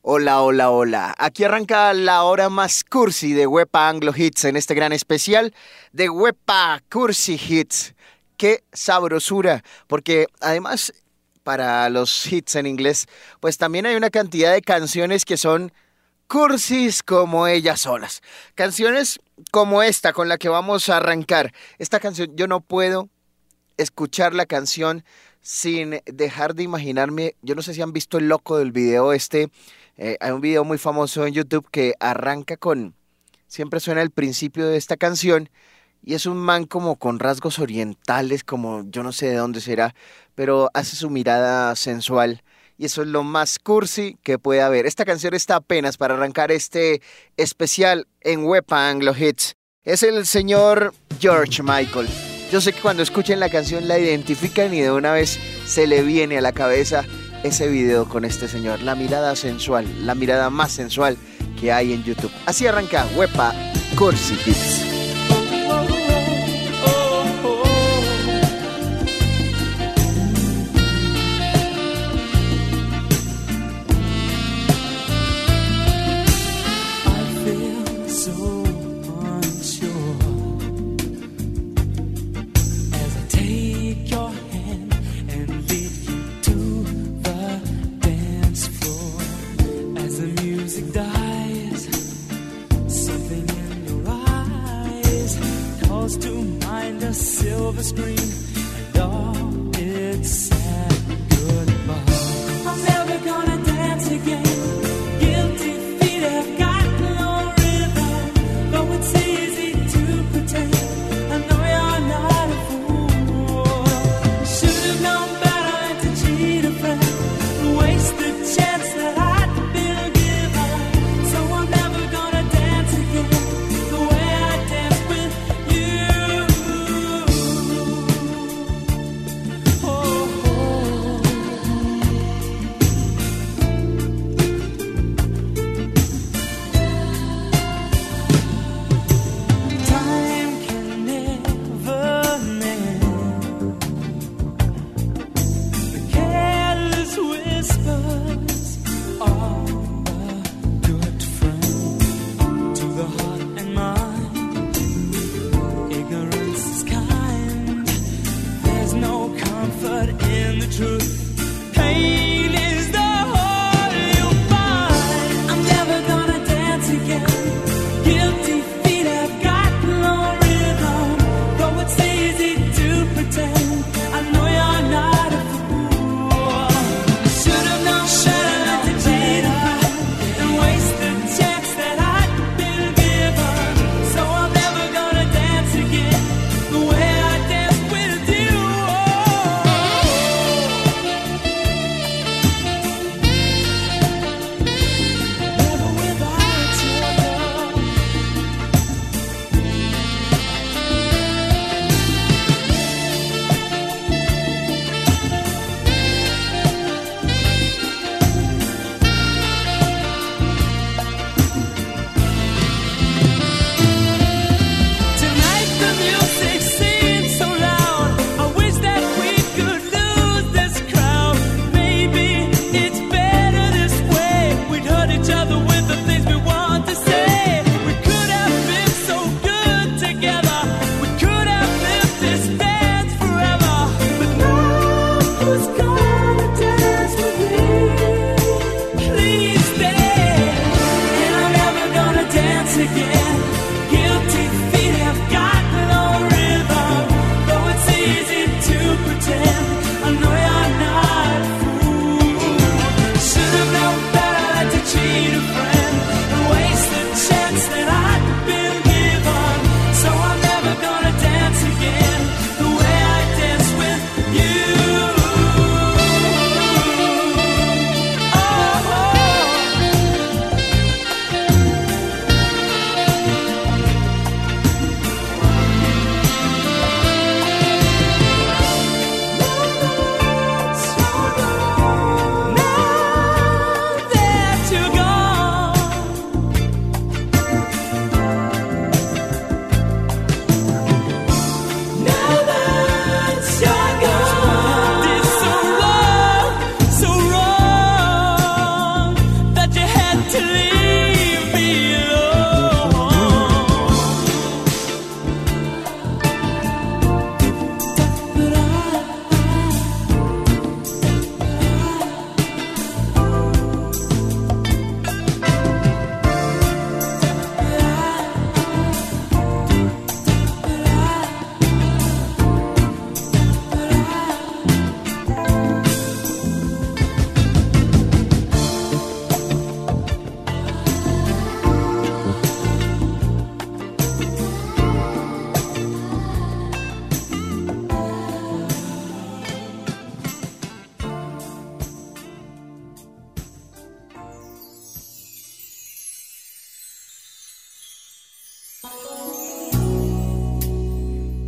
Hola, hola, hola. Aquí arranca la hora más cursi de Wepa Anglo Hits en este gran especial de Wepa Cursi Hits. ¡Qué sabrosura! Porque además, para los hits en inglés, pues también hay una cantidad de canciones que son cursis como ellas solas. Canciones como esta con la que vamos a arrancar. Esta canción, yo no puedo escuchar la canción sin dejar de imaginarme. Yo no sé si han visto el loco del video este. Hay un video muy famoso en YouTube que arranca con, siempre suena el principio de esta canción y es un man como con rasgos orientales, como yo no sé de dónde será, pero hace su mirada sensual y eso es lo más cursi que puede haber. Esta canción está apenas para arrancar este especial en Wepa Anglo Hits. Es el señor George Michael. Yo sé que cuando escuchen la canción la identifican y de una vez se le viene a la cabeza ese video con este señor, la mirada sensual, la mirada más sensual que hay en YouTube. Así arranca Wepa Cursi Hits. Silver screen and all its sad goodbye. I'm never gonna dance again. Guilty feet have got no rhythm. Though it's easy to pretend, I know you're not a fool. Should have known better than to cheat a friend, waste the chance that I'd been given. So I'm never gonna dance again the way I danced with you.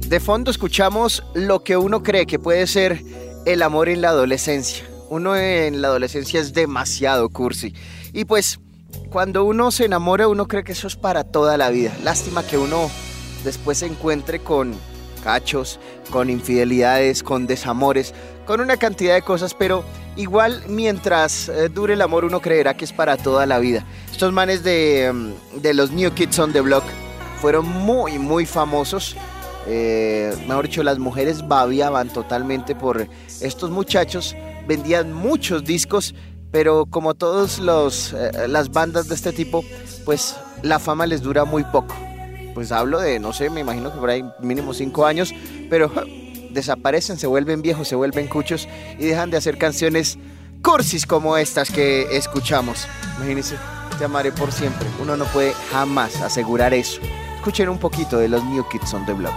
De fondo escuchamos lo que uno cree que puede ser el amor en la adolescencia. Uno en la adolescencia es demasiado cursi. Y pues cuando uno se enamora, uno cree que eso es para toda la vida. Lástima que uno después se encuentre con cachos, con infidelidades, con desamores, con una cantidad de cosas, pero igual mientras dure el amor uno creerá que es para toda la vida. Estos manes de los New Kids on the Block fueron muy famosos. Mejor dicho, las mujeres babiaban totalmente por estos muchachos, vendían muchos discos, pero como todas las bandas de este tipo, pues la fama les dura muy poco. Pues hablo de, no sé, me imagino que por ahí mínimo 5 años, pero desaparecen, se vuelven viejos, se vuelven cuchos y dejan de hacer canciones cursis como estas que escuchamos. Imagínense, te amaré por siempre. Uno no puede jamás asegurar eso. Escuchen un poquito de los New Kids on the Block.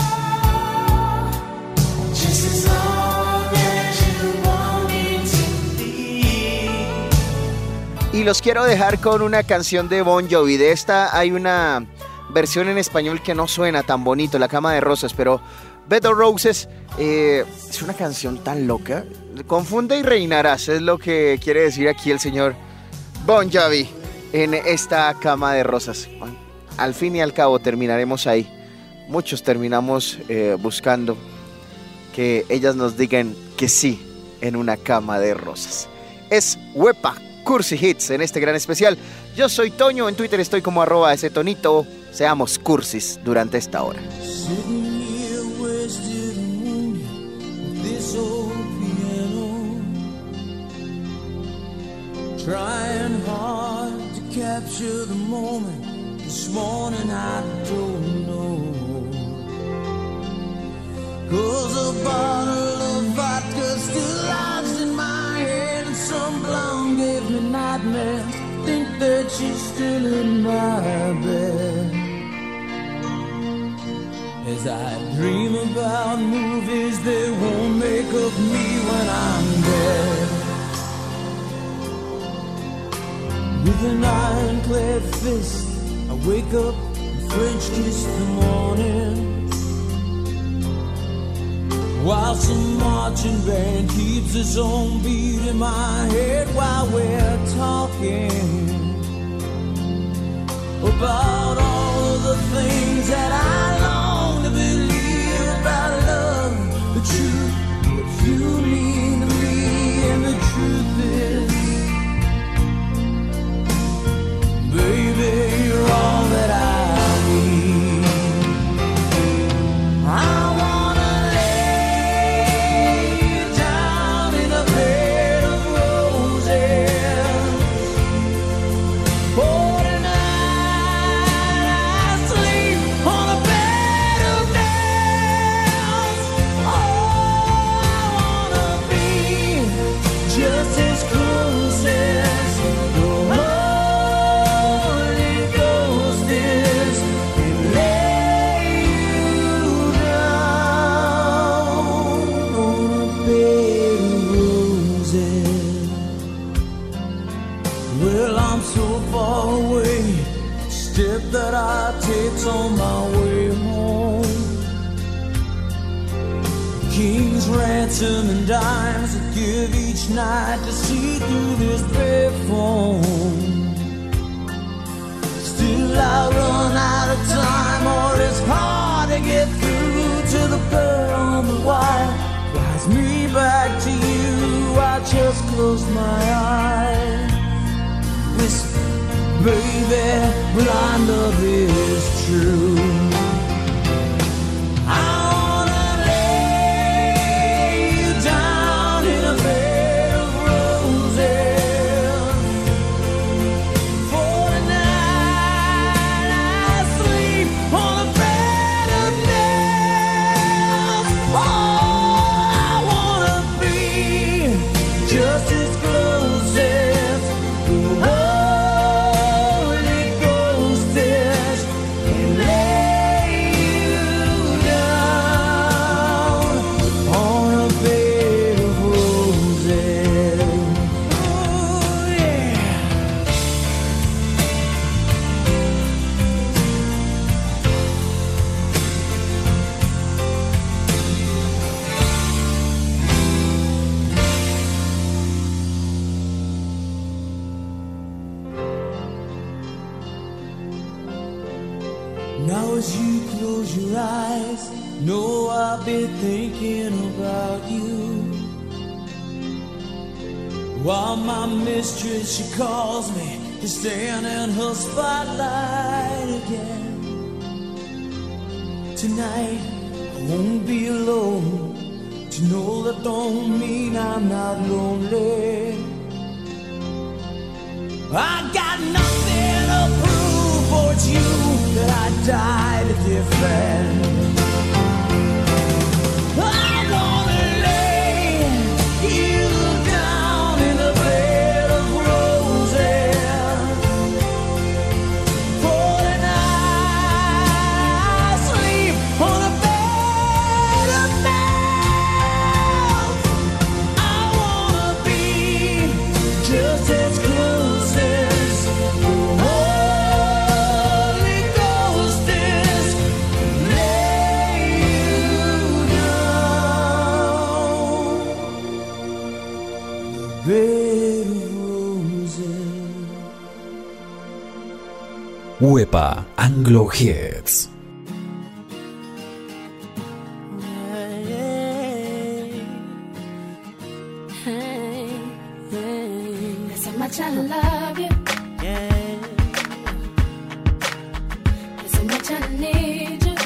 Y los quiero dejar con una canción de Bon Jovi. De esta hay una versión en español que no suena tan bonito, La Cama de Rosas, pero Bed of Roses es una canción tan loca. Confunde y reinarás, es lo que quiere decir aquí el señor Bon Jovi en esta Cama de Rosas. Al fin y al cabo terminaremos ahí. Muchos terminamos buscando que ellas nos digan que sí en una cama de rosas. Es Wepa Cursi Hits en este gran especial. Yo soy Toño, en Twitter estoy como @esetonito. Seamos cursis durante esta hora. Trying hard to capture the moment. This morning I don't know. 'Cause a bottle of vodka still lies in my head, and some blonde gave me nightmares. Think that she's still in my bed. As I dream about movies that won't make of me when I'm dead. With an ironclad fist, I wake up and French kiss the morning, while some marching band keeps its own beat in my head while we're talking about all of the things that I long to believe about love, the truth, what you mean to me, and the truth is, baby, you're all that I need. I wanna lay down in a bed of roses. For tonight I sleep on a bed of nails. Oh, I wanna be just as close as the Holy Ghost is, and lay you down on a bed of roses. Well, I'm so far away, step that I take's on my way home. King's ransom and dimes I give each night to see through this payphone. Still I run out of time, or it's hard to get through to the bird on the wire. Flies me back to you, I just close my eyes. Whisper, baby, blind love is true. I wanna lay you down in a bed of roses. For tonight I sleep on a bed of nails. Oh, I wanna be just as close as the Holy Ghost is, and lay Now as you close your eyes, know I've been thinking about you. While my mistress, she calls me to stand in her spotlight again. Tonight I won't be alone. To know that don't mean I'm not lonely. I got nothing to prove, for it's you that I died to defend. I wanna lay you down in a bed of roses for the night, sleep on a bed of nails. I wanna be just as close as the Holy Ghost is. Lay you down, bed of roses. Wepa Anglo Hits. There's so much I love you. There's so much I need you.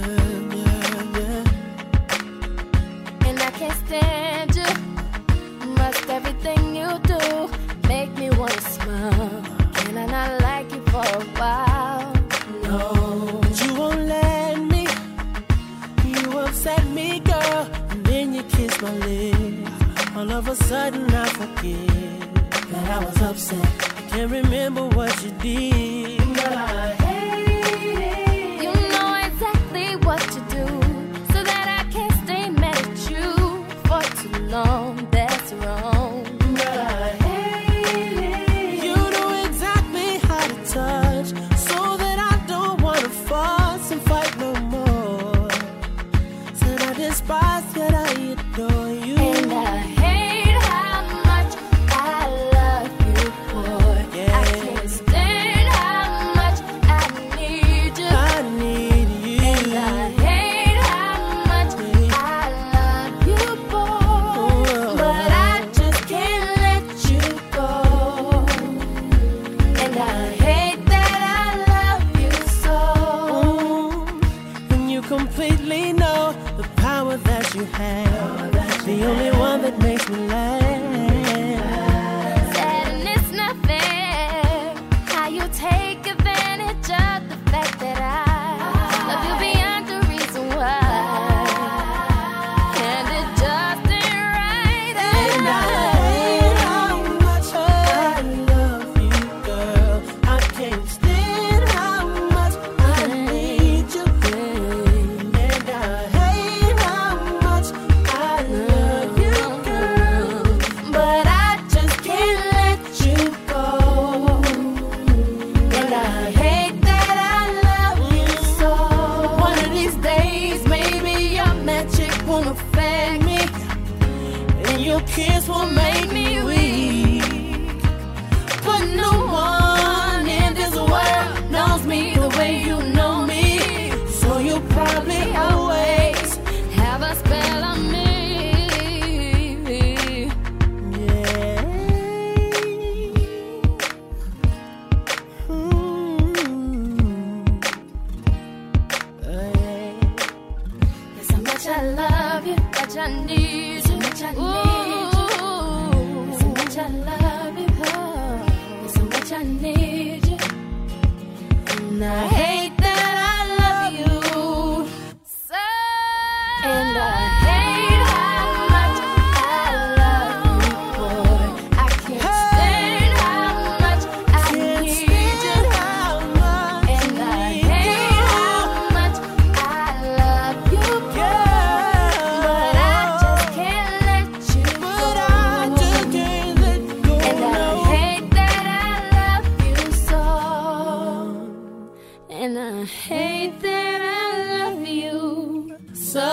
And I can't stand you. Must everything you do make me wanna smile. Can I not like you for a while? No. But you won't let me. You upset me, girl. And then you kiss my lips. All of a sudden I forget That I was upset. I can't remember what you did. But I hate it. You know exactly what to do, so that I can't stay mad at you for too long. That's wrong. But I hate it. You know exactly how to touch, so that I don't wanna fuss and fight no more. Said I despise, yet I adore you. And I hate how much I love you, boy. Yeah. I can't stand how much I need you. I need you. And I hate how much I love you, boy. But I just can't let you go. And I hate that I love you so. And you completely know the power that you have. The only one that makes me laugh. Sad and it's not fair how you take advantage of the fact that I love you beyond the reason why. And it just ain't right. And I hate how much I love you, girl. I can't stand how much I need you. And I hate how much I love you, girl. But I just can't let you go. And I hate that I love you so. One of these days, maybe your magic won't affect me, And your kiss will make me weak. but no one in this world knows me the way you know me. So you'll probably always, Have a spell on me. yeah. There's so much I love you, much I need you, much I need you. There's so much I love you, there's so much I need you. And I hate that I love you so. And I hate how much I love you, boy. I can't stand how much I need you. And I hate how much I love you, boy. But I just can't let you go. And I hate that I love you so. And I hate that I love you so.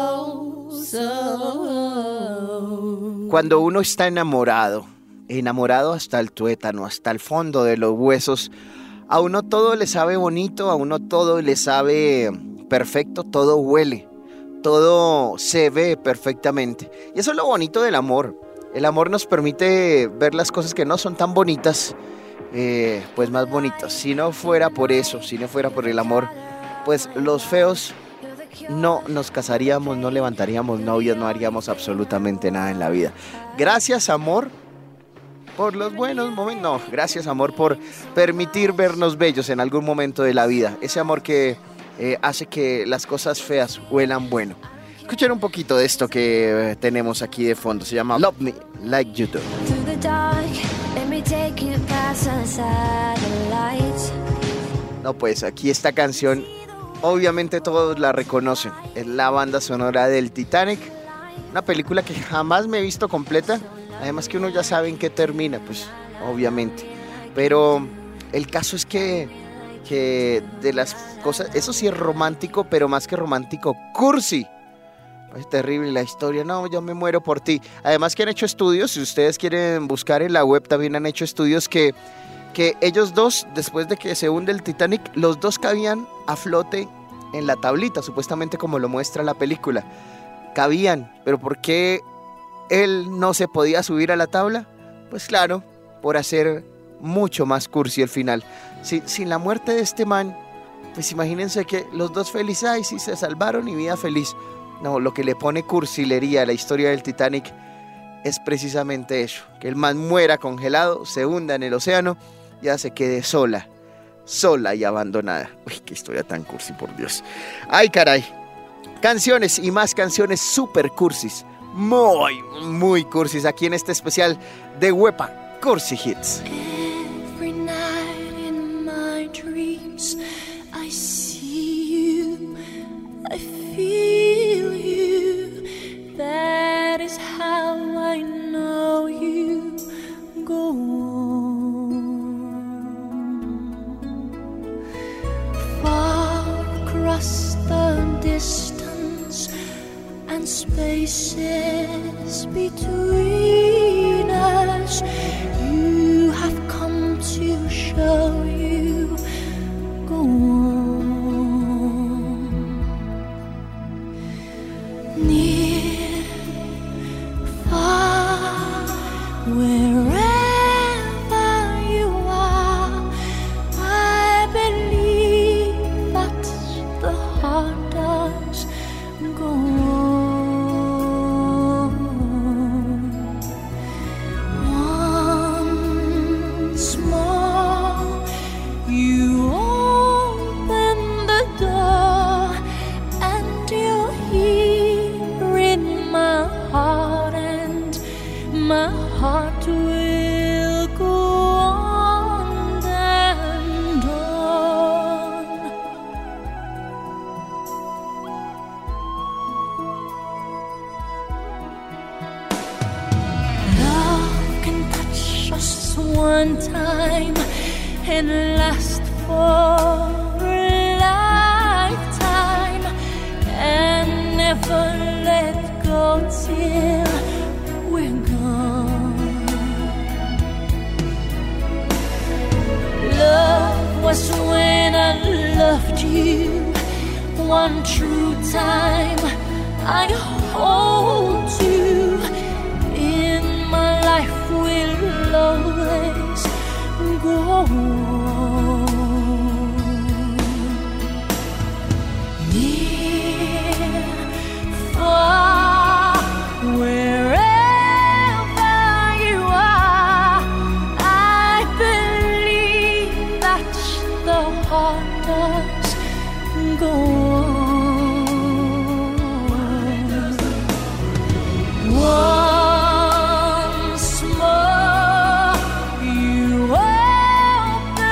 Cuando uno está enamorado hasta el tuétano, hasta el fondo de los huesos, A uno todo le sabe bonito, a uno todo le sabe perfecto, todo huele, todo se ve perfectamente. Y eso es lo bonito del amor. El amor nos permite ver las cosas que no son tan bonitas, pues más bonitas. Si no fuera por eso, si no fuera por el amor, pues los feos no nos casaríamos, no levantaríamos novias, no haríamos absolutamente nada en la vida. Gracias, amor, por los buenos momentos. No, gracias, amor, por permitir vernos bellos en algún momento de la vida. Ese amor que hace que las cosas feas huelan bueno. Escuchen un poquito de esto que tenemos aquí de fondo. Se llama Love Me Like You Do. Through the dark, let me take you past the satellites. No, pues aquí esta canción, obviamente todos la reconocen. Es la banda sonora del Titanic. Una película que jamás me he visto completa. Además que uno ya sabe en qué termina, pues, obviamente. Pero el caso es que de las cosas, eso sí es romántico, pero más que romántico, cursi. Es terrible la historia, no, yo me muero por ti. Además que han hecho estudios, si ustedes quieren buscar en la web, también han hecho estudios que ellos dos, después de que se hunde el Titanic, los dos cabían a flote en la tablita, supuestamente como lo muestra la película. Cabían, pero ¿por qué él no se podía subir a la tabla? Pues claro, por hacer mucho más cursi el final. Sin la muerte de este man, pues imagínense que los dos felices, ay, sí, se salvaron y vida feliz. No, lo que le pone cursilería a la historia del Titanic es precisamente eso, que el man muera congelado, se hunda en el océano, ya se quede sola y abandonada. Uy, qué historia tan cursi, por Dios. Ay, caray. Canciones y más canciones super cursis, muy cursis, aquí en este especial de Wepa Cursi Hits. Every night in my dreams, I see you, I feel you. That is how I know you go on. Far across the distance and spaces between us, you have come to show you go on. Near, far, wherever you are, I believe that the heart does go on. Once more, you open the door, and you're here in my heart, and my heart will go on and on. Love can touch us one time and last for a lifetime, and never let go till we're gone. Love was when I loved you one true time. I hold you in my life, will always go on. Near, far, wherever you are, I believe that the heart does go on. Once more, you open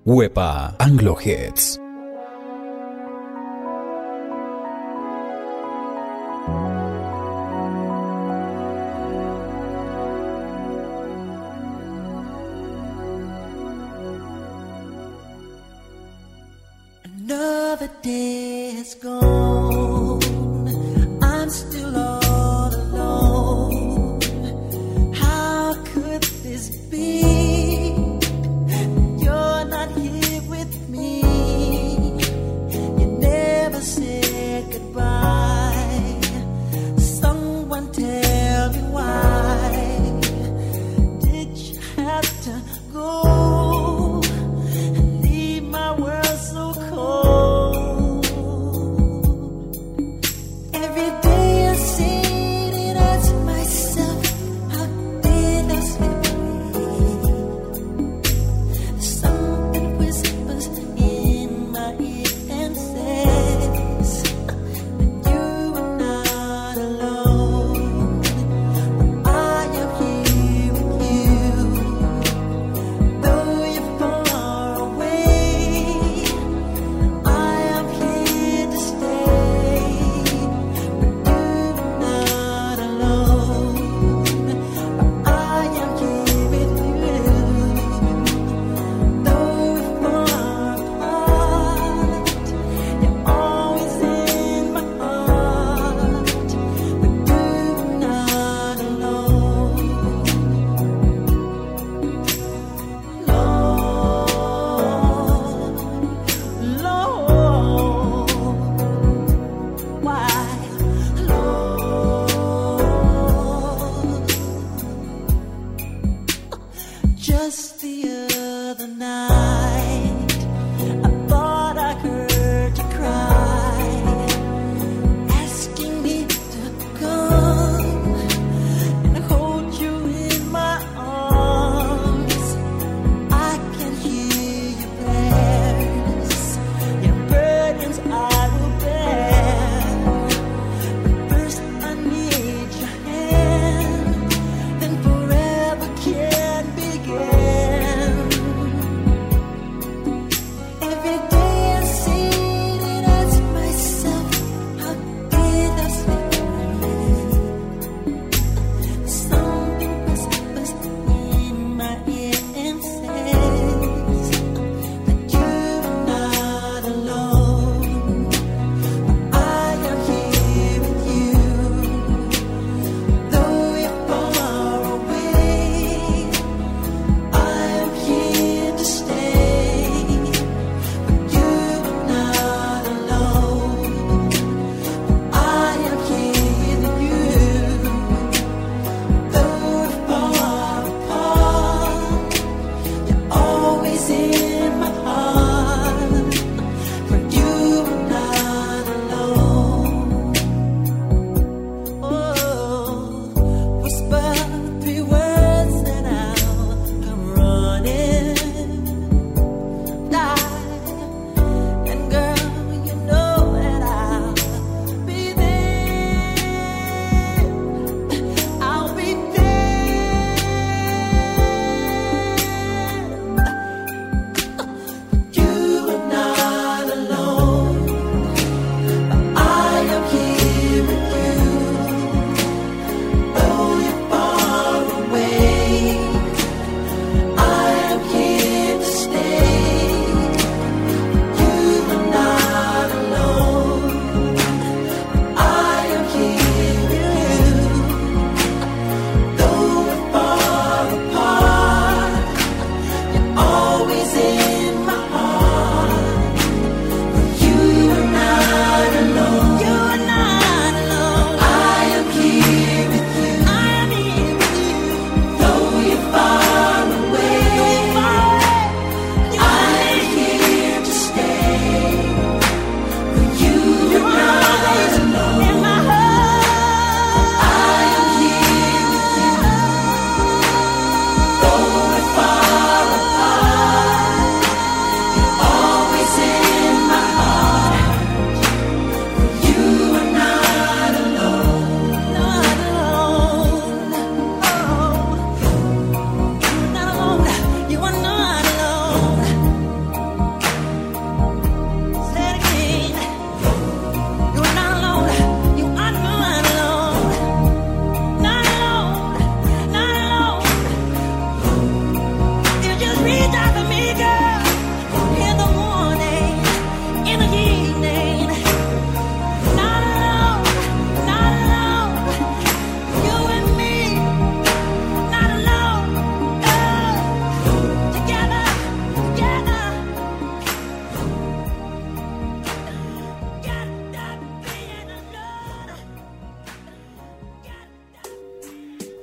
Wepa Anglo Hits. Another day has gone. I'm still all alone. How could this be? You're not here with me. You never said goodbye. Someone tell me why did you have to go and leave my world so cold? Every day I sit and ask myself, how did I slip away?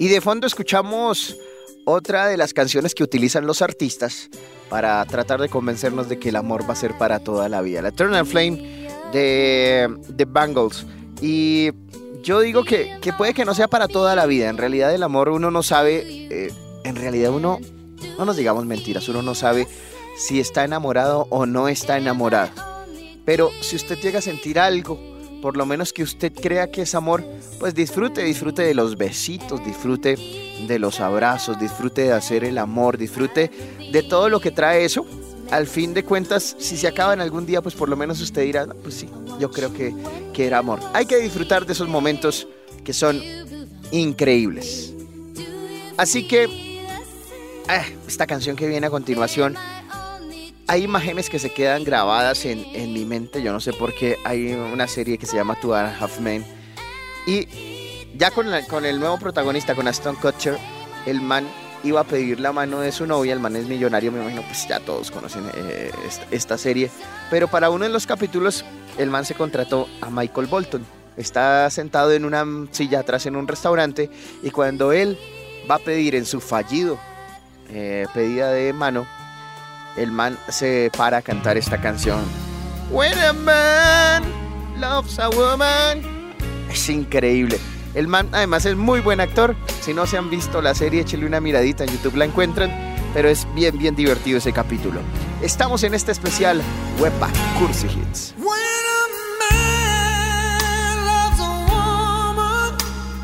Y de fondo escuchamos otra de las canciones que utilizan los artistas para tratar de convencernos de que el amor va a ser para toda la vida. La Eternal Flame de Bangles. Y yo digo que puede que no sea para toda la vida. En realidad el amor uno no sabe, en realidad uno, no nos digamos mentiras, uno no sabe si está enamorado o no está enamorado. Pero si usted llega a sentir algo, por lo menos que usted crea que es amor, pues disfrute de los besitos, disfrute de los abrazos, disfrute de hacer el amor, disfrute de todo lo que trae eso. Al fin de cuentas, si se acaba en algún día, pues por lo menos usted dirá, no, pues sí, yo creo que era amor. Hay que disfrutar de esos momentos que son increíbles. Así que, esta canción que viene a continuación, hay imágenes que se quedan grabadas en mi mente. Yo no sé por qué. Hay una serie que se llama Two and a Half Men. Y ya con el nuevo protagonista, con Ashton Kutcher, el man iba a pedir la mano de su novia. El man es millonario, me imagino, pues ya todos conocen esta serie. Pero para uno de los capítulos, el man se contrató a Michael Bolton. Está sentado en una silla atrás en un restaurante. Y cuando él va a pedir en su fallido pedida de mano, el man se para a cantar esta canción. When a man loves a woman. Es increíble. El man además es muy buen actor. Si no se han visto la serie, échenle una miradita, en YouTube la encuentran. Pero es bien divertido ese capítulo. Estamos en este especial Wepa Cursi Hits. When a man loves a woman,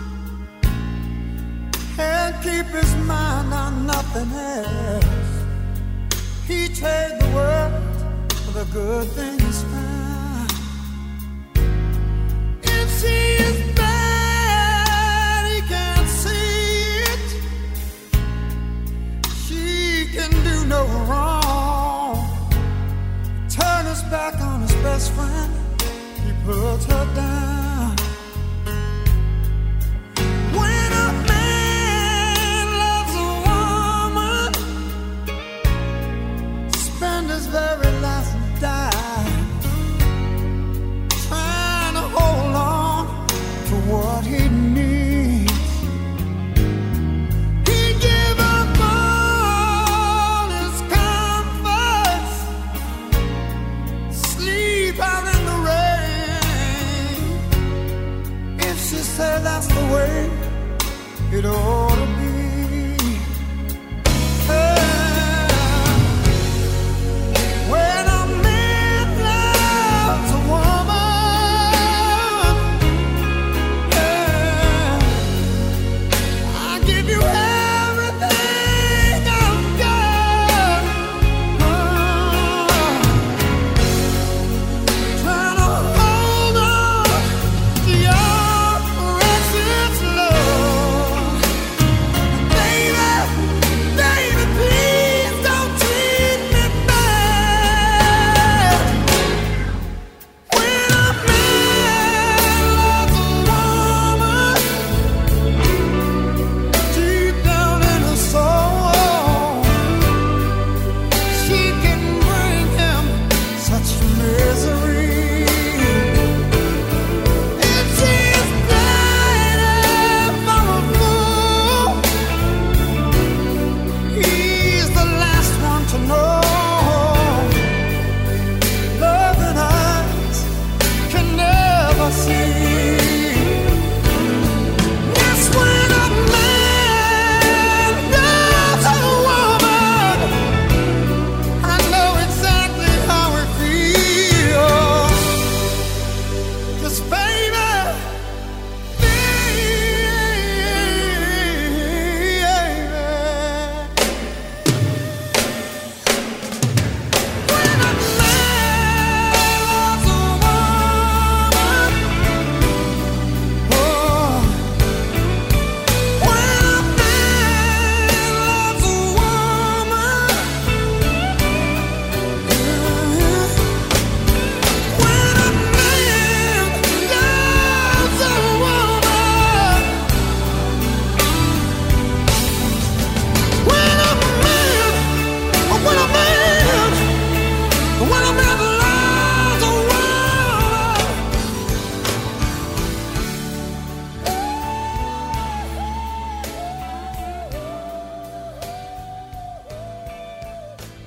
can't keep his mind on nothing else. He trade the world for the good things found. If she is bad, he can't see it. She can do no wrong. Turn his back on his best friend, he puts her down. When a man loves a woman, spend his very last dime trying to hold on to what he needs. He give up all his comforts, sleep out in the rain. If she said that's the way it ought to be. When a man loves a woman, yeah, I give you everything I've got. Trying to hold on to your precious love.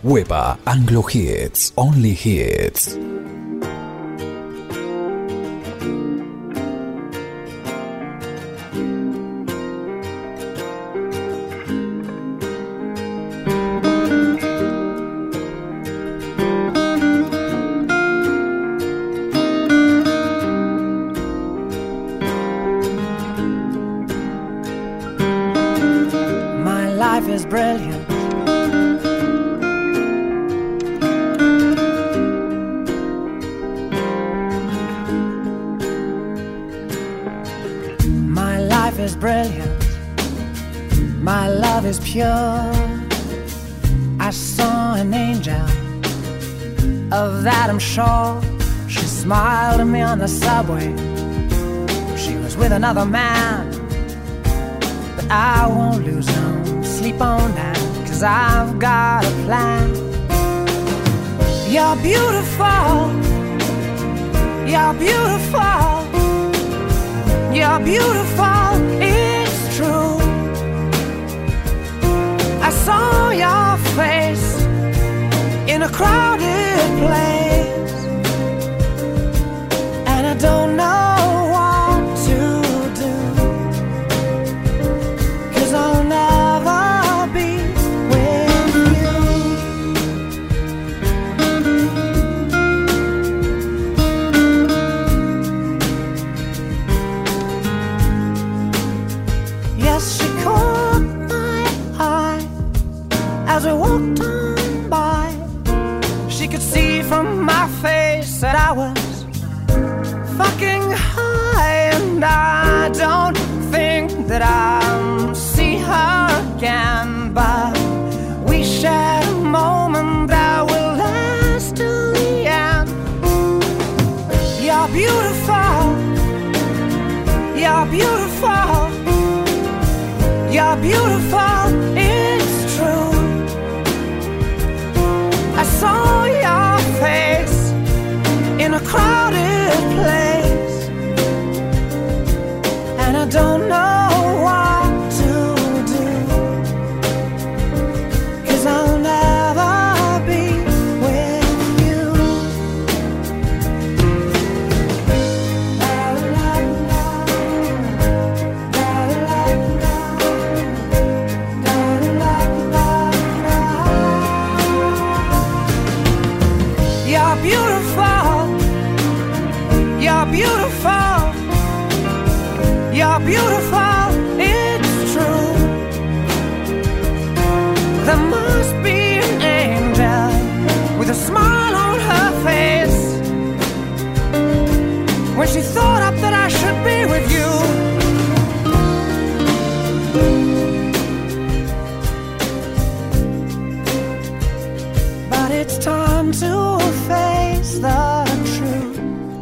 Wepa Anglo Hits, Only Hits. My life is brilliant. My life is brilliant. My love is pure. I saw an angel, of that I'm sure. She smiled at me on the subway. She was with another man, but I won't lose no sleep on that, 'cause I've got a plan. You're beautiful. You're beautiful. You're beautiful, it's true. I saw your face in a crowded place, and I don't know what to do, 'cause I'll never be with you. Yes, she caught my eye as we walked on by. She could see from my face that I was fucking high, and I don't think that I'll see her again, but we shared a moment that will last till the end. You're beautiful. You're beautiful. You're beautiful, it's true. I saw your face in a crowded place, and I don't know what to do, 'cause I'll never be with you. La, la, la, la, la, la. You're beautiful. You're beautiful. You're beautiful, it's true. There must be an angel with a smile on her face when she thought up that I should be with you. But it's time to face the truth.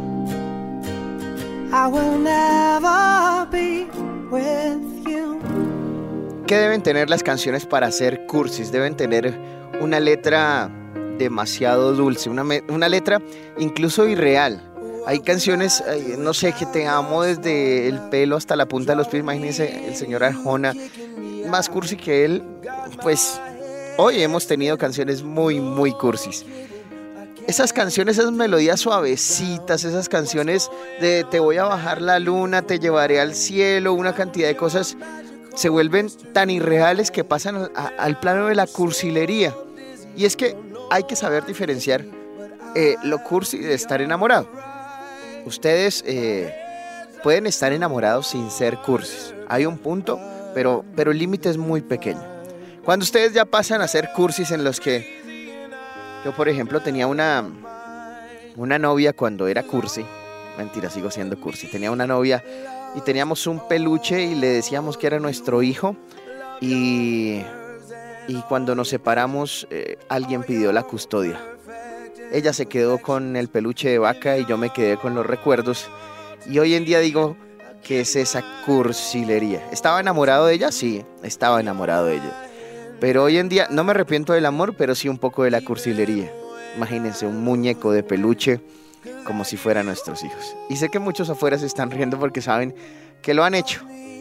I will never be with you. ¿Qué deben tener las canciones para ser cursis? Deben tener una letra demasiado dulce, una letra incluso irreal. Hay canciones, no sé, que te amo desde el pelo hasta la punta de los pies. Imagínense el señor Arjona, más cursi que él. Pues hoy hemos tenido canciones muy, muy cursis. Esas canciones, esas melodías suavecitas, esas canciones de te voy a bajar la luna, te llevaré al cielo, una cantidad de cosas se vuelven tan irreales que pasan al plano de la cursilería. Y es que hay que saber diferenciar lo cursi de estar enamorado. Ustedes pueden estar enamorados sin ser cursis. Hay un punto, pero el límite es muy pequeño. Cuando ustedes ya pasan a ser cursis, en los que yo, por ejemplo, tenía una novia cuando era cursi. Mentira, sigo siendo cursi. Tenía una novia y teníamos un peluche y le decíamos que era nuestro hijo. Y cuando nos separamos, alguien pidió la custodia. Ella se quedó con el peluche de vaca y yo me quedé con los recuerdos. Y hoy en día digo, ¿qué es esa cursilería? ¿Estaba enamorado de ella? Sí, estaba enamorado de ella. Pero hoy en día no me arrepiento del amor, pero sí un poco de la cursilería. Imagínense un muñeco de peluche como si fueran nuestros hijos. Y sé que muchos afuera se están riendo porque saben que lo han hecho.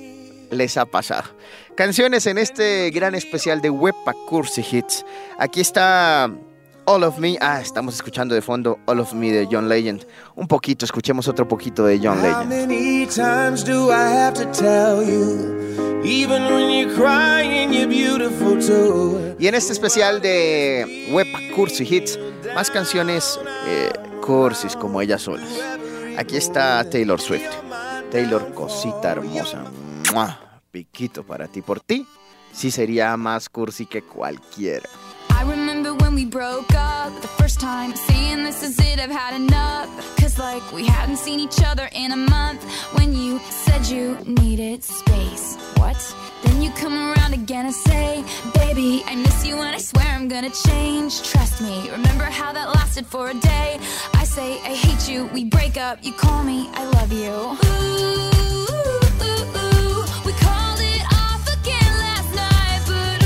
les ha pasado. Canciones en este gran especial de Wepa Cursi Hits. Aquí está All of Me. Estamos escuchando de fondo All of Me de John Legend. Un poquito, escuchemos otro poquito de John How Legend. many times do I have to tell you? Even when you're crying, you're beautiful too. Y en este especial de Wepa Cursi Hits, más canciones cursis como ellas solas. Aquí está Taylor Swift. Taylor, cosita hermosa. ¡Mua! Piquito para ti. Por ti, sí sería más cursi que cualquiera. I remember when we broke up the first time, saying this is it, I've had enough. Cause like we hadn't seen each other in a month. When you said you needed space. What? Then you come around again and say, baby, I miss you and I swear I'm gonna change. Trust me, remember how that lasted for a day? I say I hate you, we break up, you call me, I love you. Ooh. We called it off again last night, but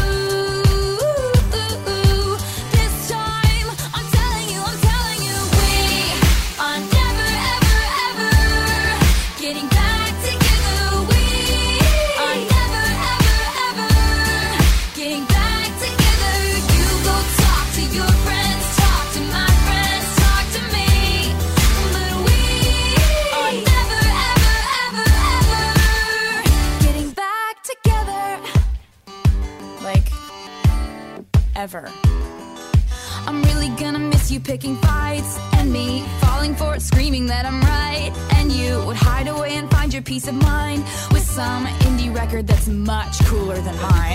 this time I'm telling you, we are never, ever, ever getting back together. We are never, ever, ever getting back together. You go talk to your friends, talk to my friends, talk to me, but we are never, ever, ever, ever getting back together. Like, ever. I'm really gonna miss you picking fights, and me falling for it, screaming that I'm right. And you would hide away and find your peace of mind with some indie record that's much cooler than mine.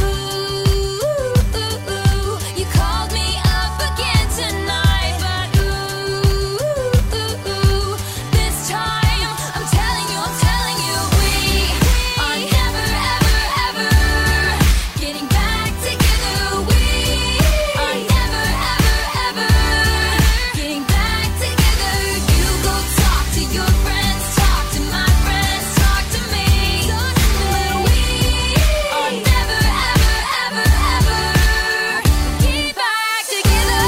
You called me up again tonight, but this time I'm telling you, we are never, ever, ever getting back together. We are never, ever, ever getting back together. You go talk to your friends, talk to my friends, talk to me, but we are never, ever, ever, ever get back together.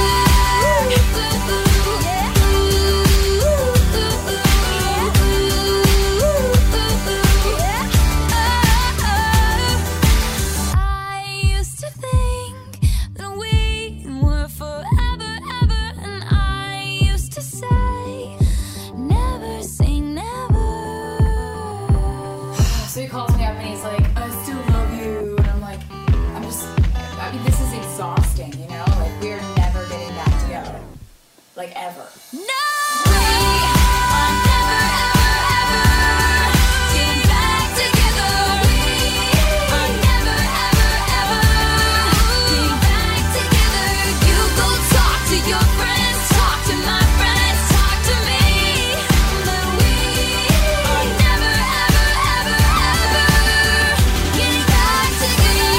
I used to think that we were forever, ever, and I used to say, never say never. So he calls me up and he's like, I still love you. And I'm like, I mean, this is exhausting, you know? Like, we're never getting back together. Like, ever. No! We are never, ever, ever getting back together. We are never, ever, ever getting back together. You go talk to your friends, talk to my friends, talk to me, but we are never, ever, ever, ever getting back together.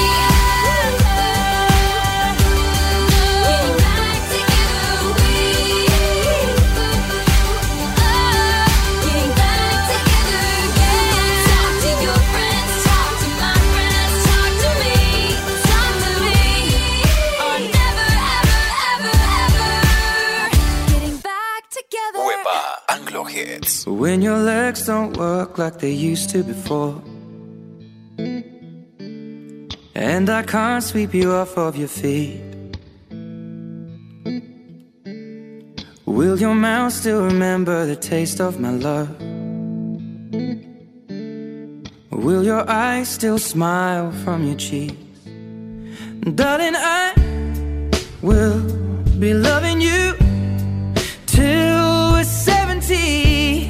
Getting back together. We getting back together. Yeah. Talk to your friends, talk to my friends, talk to me, talk to me. Are never, ever, ever, ever getting back together. Wepa Anglo Hits. When your legs don't work like they used to before, and I can't sweep you off of your feet, will your mouth still remember the taste of my love? Will your eyes still smile from your cheeks? Darling, I will be loving you till we're 70.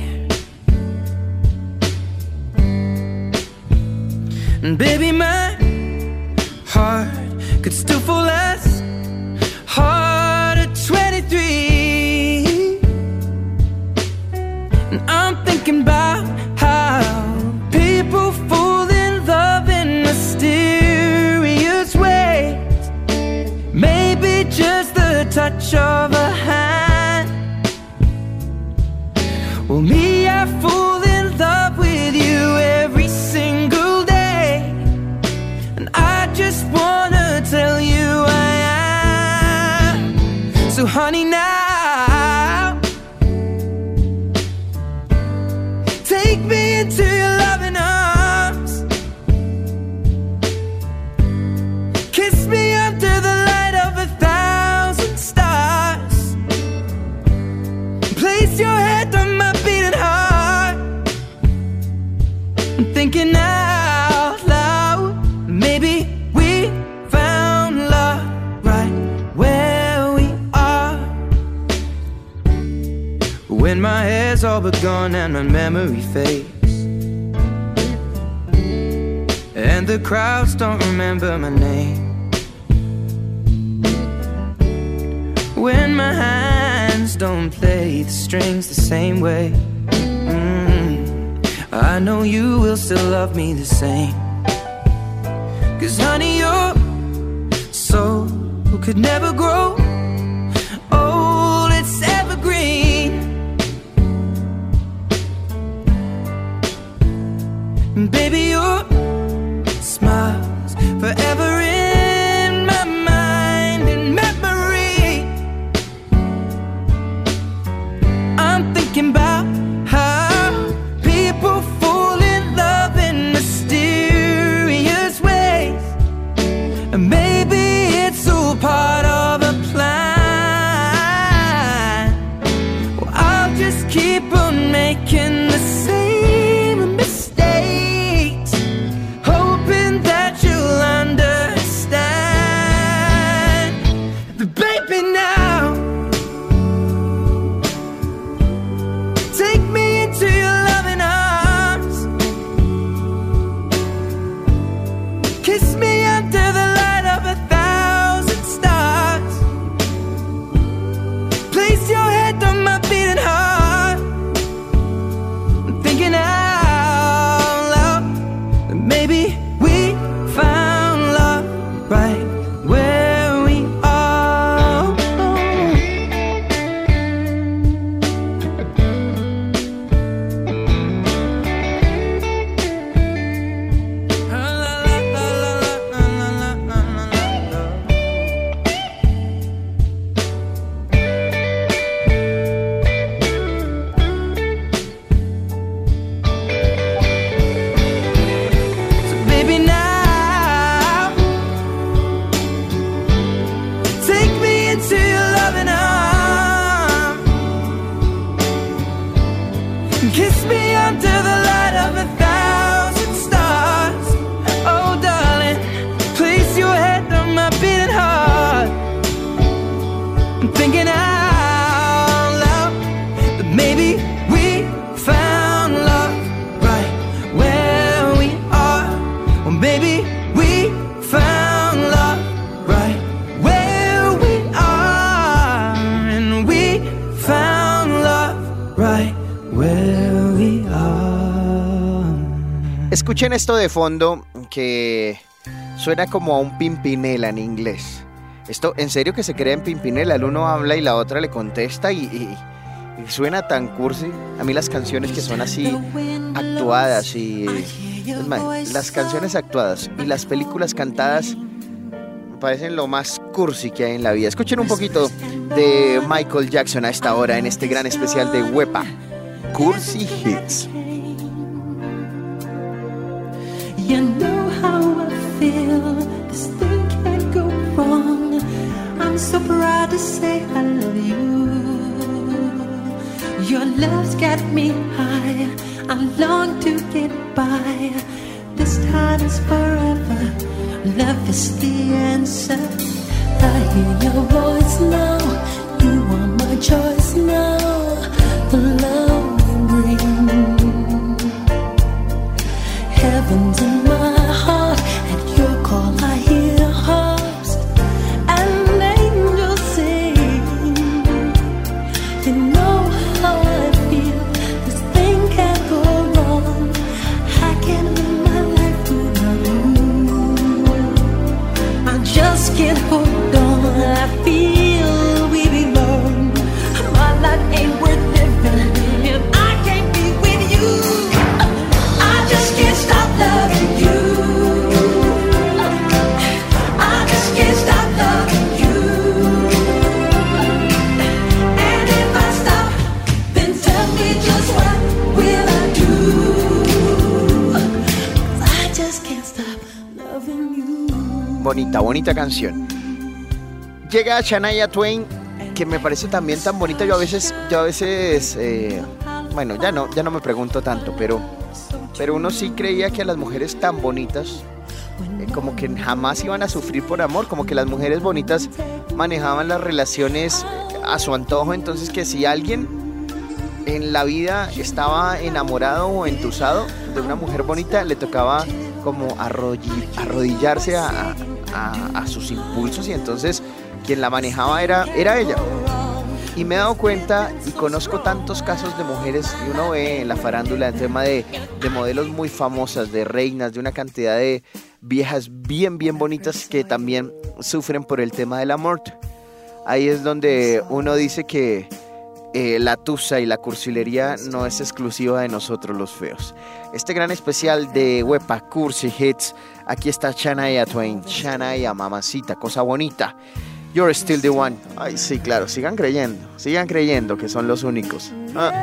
And baby, my heart could still fall as hard at 23. And I'm thinking about how people fall in love in mysterious ways. Maybe just the touch of a hand. Well, me, I fall in love with you every single day, and I just wanna tell you I am. So honey, now take me into your loving arms. thinking out loud. Maybe we found love right where we are. When my hair's all but gone and my memory fades, and the crowds don't remember my name. When my hands don't play the strings the same way, I know you will still love me the same. 'Cause honey, your soul could never grow old, it's evergreen. And baby, your smile's forever in my mind and memory. I'm thinking about how people fall in love in mysterious ways, and maybe it's all part of a plan. Well, I'll just keep on making the same mistakes, hoping that you'll understand. But baby, now take me into your loving arms. Kiss me under the light of 1,000 stars. Place your head on my beating heart. I'm thinking out loud that maybe we found love right where we are. So baby, now take me into your loving arms. Kiss me under the light of 1,000 stars. Oh darling, place your head on my beating heart. I'm thinking out loud that maybe we found love right where we are. Well, maybe we found love right where we are. And we found love right where we are. Escuchen esto de fondo que suena como a un Pimpinela en inglés. Esto en serio que se crea en Pimpinela. El uno habla y la otra le contesta y suena tan cursi. A mí las canciones que son así actuadas y es más, las canciones actuadas y las películas cantadas me parecen lo más cursi que hay en la vida. Escuchen un poquito de Michael Jackson a esta hora en este gran especial de Wepa Cursi Hits. You know how I feel. This thing can't go wrong. I'm so proud to say I love you. Your love's got me high. I long to get by. This time is forever. Love is the answer. I hear your voice now. You are my choice now. The love you bring. Heaven's in my heart. At your call I hear harps and angels sing. You know how I feel. This thing can't go wrong. I can't live my life without you. I just can't hold on. I feel we belong. My life ain't worth living if I can't be with you. I just can't stop loving you. I just can't stop loving you. And if I stop, then tell me just what will I do? 'Cause I just can't stop loving you. Bonita, bonita canción. Llega Shania Twain, que me parece también tan bonita. Yo a veces bueno, ya no me pregunto tanto, pero uno sí creía que a las mujeres tan bonitas como que jamás iban a sufrir por amor, como que las mujeres bonitas manejaban las relaciones a su antojo, entonces que si alguien en la vida estaba enamorado o entusado de una mujer bonita, le tocaba como arrodillarse a sus impulsos, y entonces quien la manejaba era ella. Y me he dado cuenta y conozco tantos casos de mujeres que uno ve en la farándula, el tema de modelos muy famosas, de reinas, de una cantidad de viejas bien bonitas que también sufren por el tema del amor. Ahí es donde uno dice que la tusa y la cursilería no es exclusiva de nosotros los feos. Este gran especial de Wepa Cursi Hits, aquí está Shania Twain, Shania mamacita, cosa bonita. You're still the one. Ay, sí, claro, sigan creyendo que son los únicos.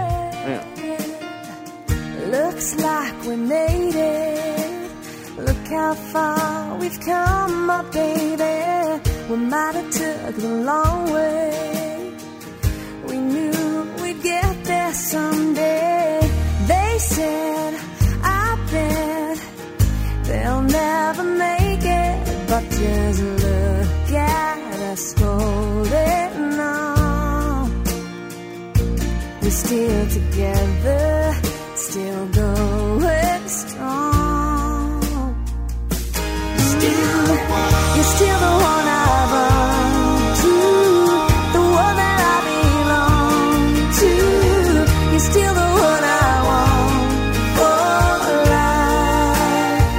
Looks like we made it. Look how far we've come, my baby. We might have took the long way. We knew we'd get there someday. They said, I bet they'll never make it, but just look at us holding on. We're still together, still going strong. You're still the one I run to, the one that I belong to. You're still the one I want for life.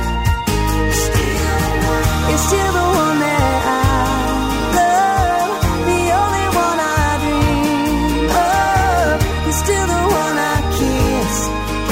You're still the one that I love, the only one I dream of. You're still the one I kiss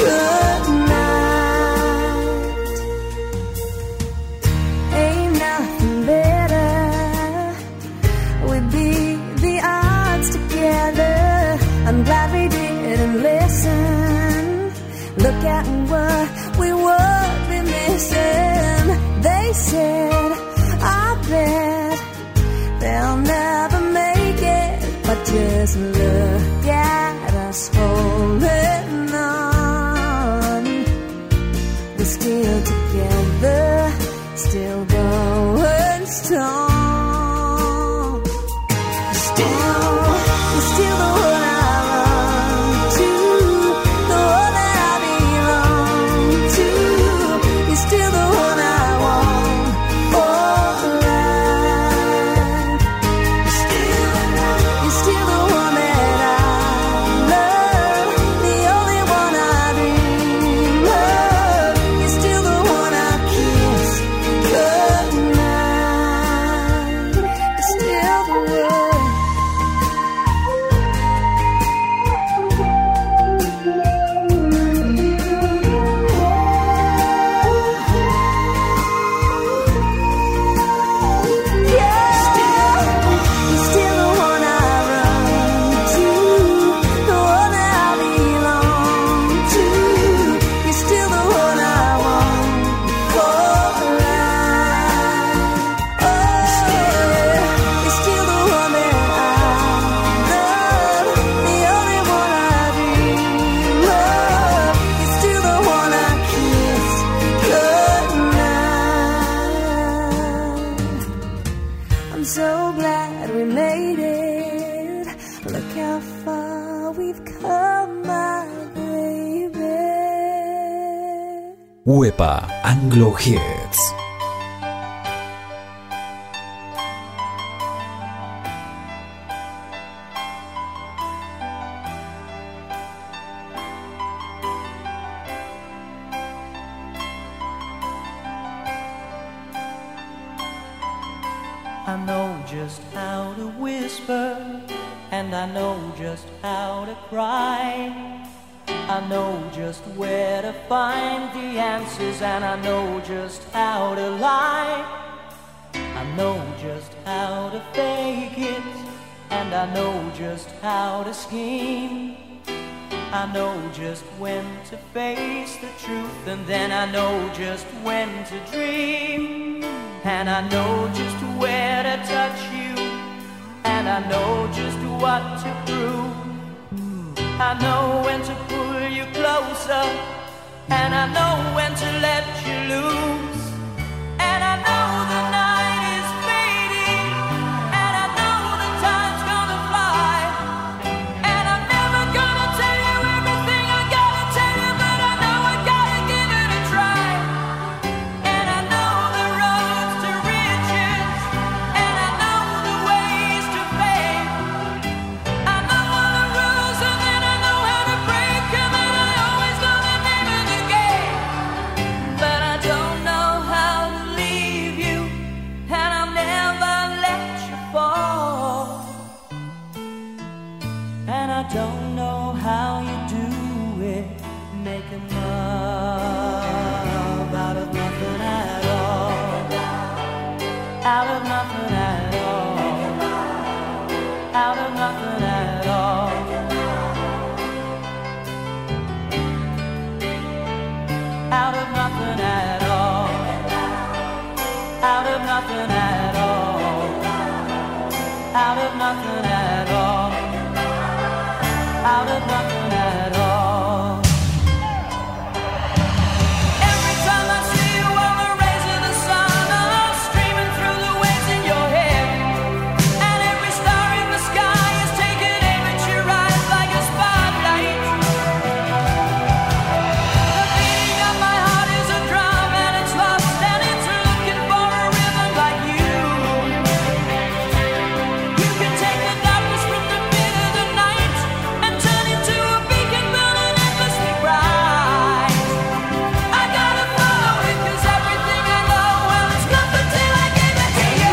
goodnight. Ain't nothing better. We beat the odds together. I'm glad we didn't listen. Look at what we would be missing. They said, I bet they'll never make it, but just look at us holding on. We're still together, still going strong. You're still the one I run to, the one that I belong to. You're still the one I want for life. You're still the one that I love, the only one I dream of. You're still the one I kiss goodnight. You're still the one. You're still the one I run to, the one that I belong to. You're still the one I want for life. You're still the one that I love, the only one I dream of. You're still the one I kiss goodnight. I'm so glad we made it. Look how far we've come, my baby. Wepa Anglo Hits. I know just how to whisper, and I know just how to cry. I know just where to find the answers, and I know just how to lie. I know just how to fake it, and I know just how to scheme. I know just when to face the truth, and then I know just when to dream. And I know just where to touch you, and I know just what to prove. I know when to pull and I know when to let you loose. And I know the night is fading, and I know the time's gonna fly. And I'm never gonna tell you everything I gotta tell you, but I know I gotta give it a try. And I know the roads to riches, and I know the ways to fame. I know all the rules, and then I know how to break them, and I always know the name of the game. But I don't know how to leave you, and I'll never let you fall. And I don't know how you do it, making love out of nothing at all. Out of nothing at all. Out of nothing at all. Out of nothing at all. Out of nothing at all. Out of nothing at all. Out of nothing at all. Every time I see you on the rays of the sun, I'm streaming through the waves in your head. And every star in the sky is taking aim at your eyes like a spotlight. The beating of my heart is a drum, and it's lost, and it's looking for a rhythm like you. You can take the darkness from the pit of the night and turn it to a beacon burning endlessly bright. I gotta follow it, 'cause everything I know, well, it's nothing till I give it to you.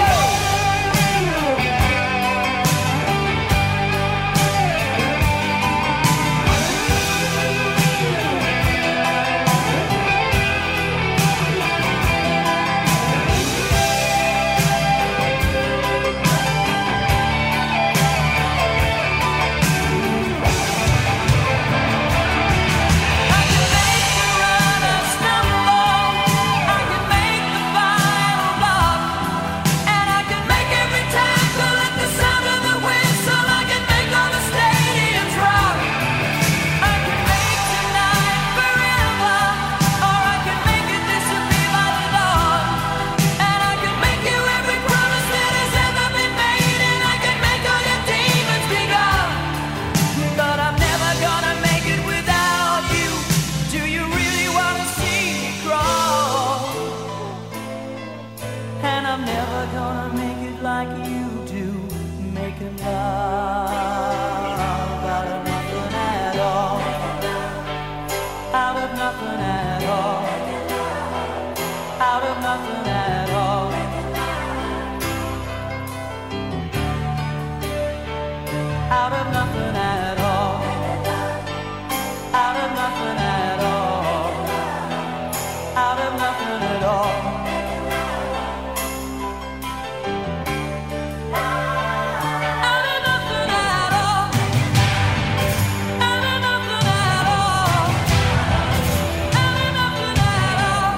I can make the runner stumble, I can make the final block, and I can make every tackle at the sound of the whistle. I can make all the stadiums rock. I can make tonight forever, or I can make it disappear by the dawn. And I can make you every promise that has ever been made, and I can make all your demons be gone. But I'm never gonna make it without you. Do you really wanna see me crawl? And I'm never gonna make it like you do, making love out of nothing at all. Out of nothing at all. Out of nothing at all. Out of nothing at all. Out of nothing at all. Out of nothing at all. Out of nothing at all. Out of nothing at all. Out of nothing at all.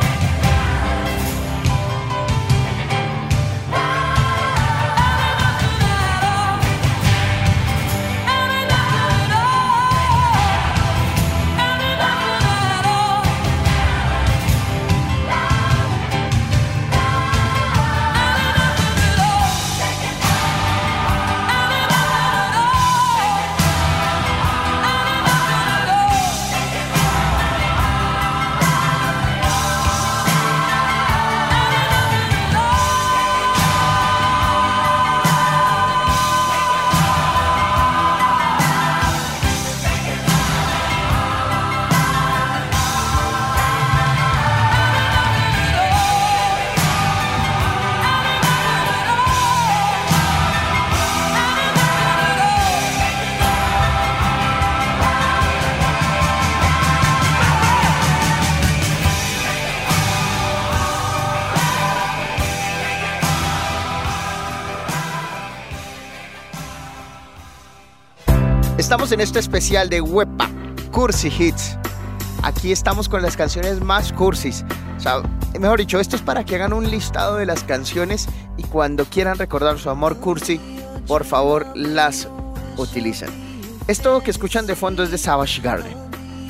Estamos en este especial de Wepa Cursi Hits. Aquí estamos con las canciones más cursis. O sea, mejor dicho, esto es para que hagan un listado de las canciones y cuando quieran recordar su amor cursi, por favor, las utilizan. Esto que escuchan de fondo es de Savage Garden.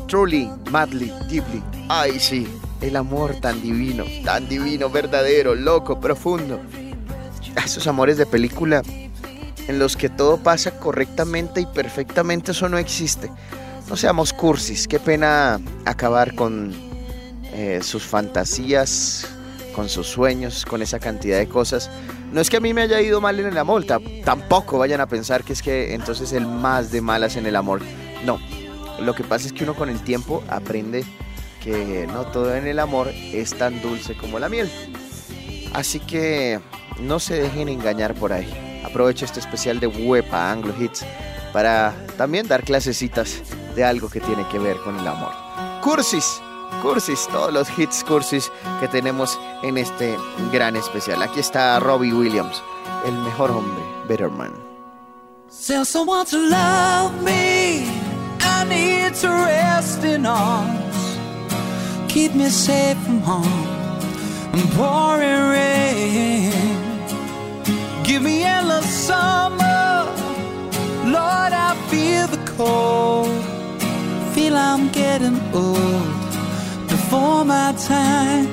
Truly, madly, deeply. Ay, sí, el amor tan divino, verdadero, loco, profundo. Esos amores de película en los que todo pasa correctamente y perfectamente, eso no existe. No seamos cursis, qué pena acabar con sus fantasías, con sus sueños, con esa cantidad de cosas. No es que a mí me haya ido mal en el amor, tampoco vayan a pensar que es que entonces el más de malas en el amor. No, lo que pasa es que uno con el tiempo aprende que no todo en el amor es tan dulce como la miel. Así que no se dejen engañar por ahí. Aprovecho este especial de Wepa Anglo Hits para también dar clasecitas de algo que tiene que ver con el amor. Cursis, todos los hits cursis que tenemos en este gran especial. Aquí está Robbie Williams, el mejor hombre, Better Man. Tell someone to love me. I need to rest in arms. Keep me safe from harm and pouring rain. Give me endless summer. Lord, I feel the cold. Feel I'm getting old before my time.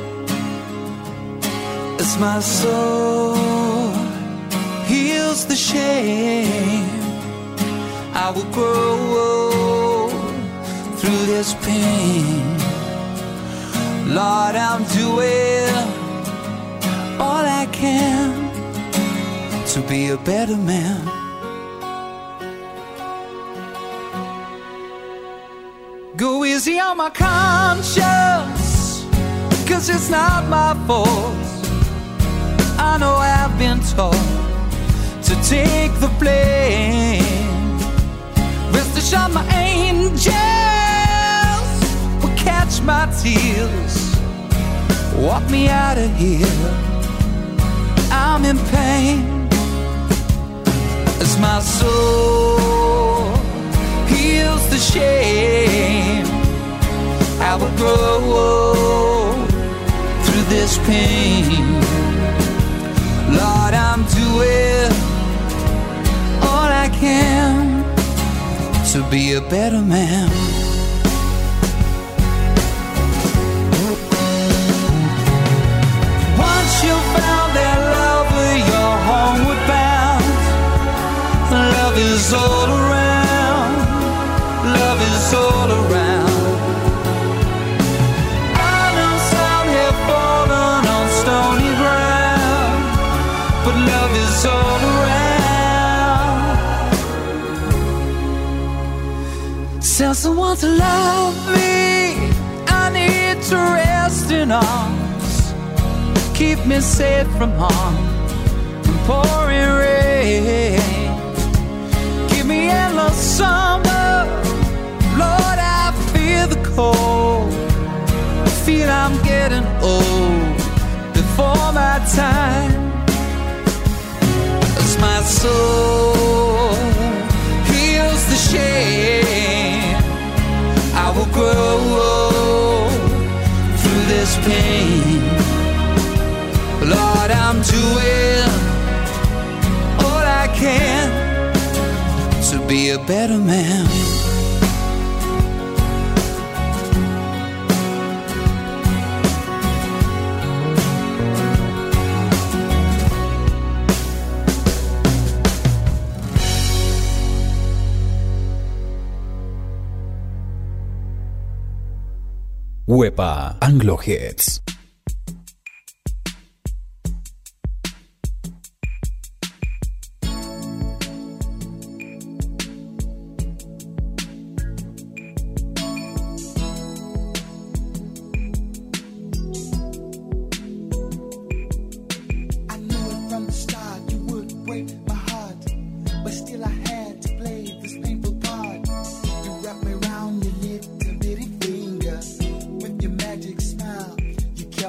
As my soul heals the shame, I will grow through this pain. Lord, I'm doing all I can to be a better man. Go easy on my conscience, 'cause it's not my fault. I know I've been taught to take the blame. Rest assured my angels will catch my tears, walk me out of here. I'm in pain as my soul heals the shame. I will grow through this pain. Lord, I'm doing all I can to be a better man. Once you found that lover, you're homeward bound. Love is all around. Love is all around. I know some have fallen on stony ground, but love is all around. Tell someone to love me. I need to rest in arms. Keep me safe from harm and pouring rain. Give me endless summer. Lord, I feel the cold. I feel I'm getting old before my time. As my soul heals the shame, I will grow through this pain. Lord, I'm doing all I can to be a better man. Wepa Anglo Hits. I knew it from the start, you would break my heart, but still I had to play this painful part. You wrap me around your little bitty finger with your magic smile. You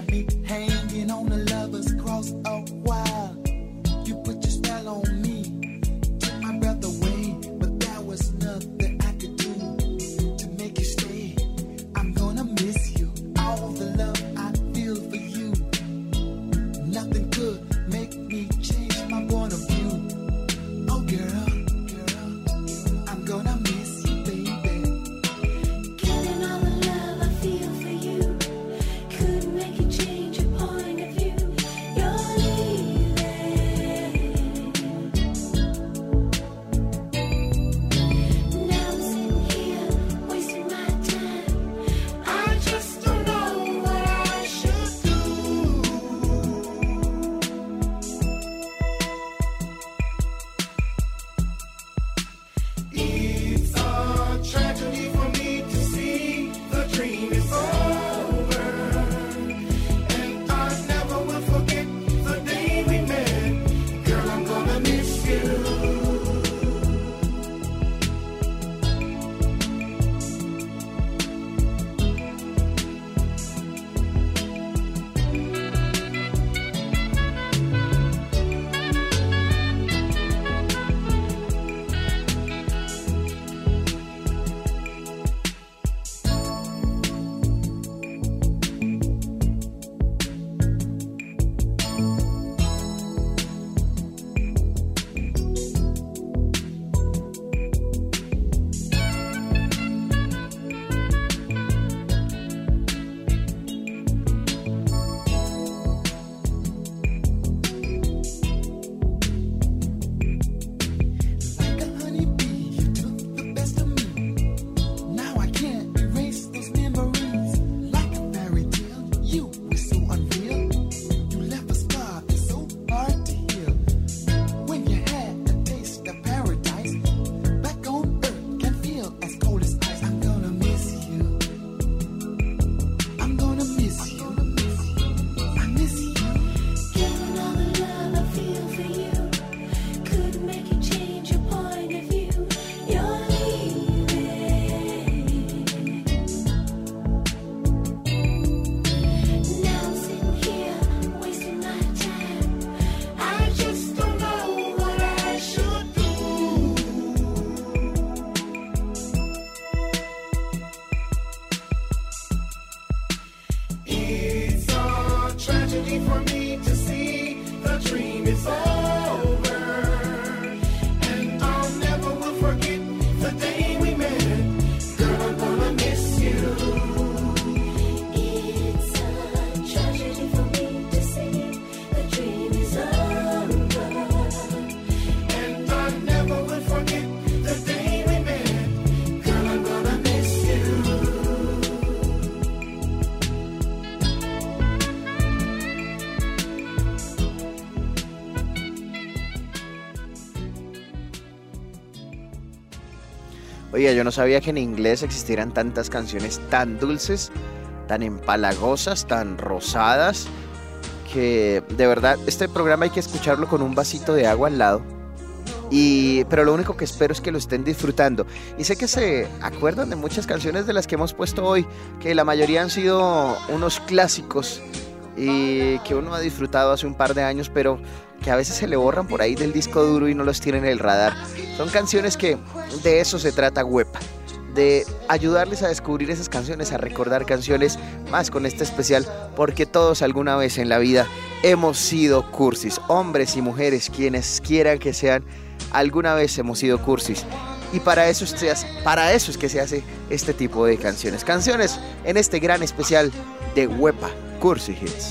Oiga, yo no sabía que en inglés existieran tantas canciones tan dulces, tan empalagosas, tan rosadas, que de verdad este programa hay que escucharlo con un vasito de agua al lado. Pero lo único que espero es que lo estén disfrutando. Y sé que se acuerdan de muchas canciones de las que hemos puesto hoy, que la mayoría han sido unos clásicos y que uno ha disfrutado hace un par de años, pero que a veces se le borran por ahí del disco duro y no los tiene en el radar. Son canciones que de eso se trata Huepa, de ayudarles a descubrir esas canciones, a recordar canciones, más con este especial, porque todos alguna vez en la vida hemos sido cursis, hombres y mujeres, quienes quieran que sean, alguna vez hemos sido cursis. Y para eso es que se hace este tipo de canciones. Canciones en este gran especial de Huepa Cursi Hits.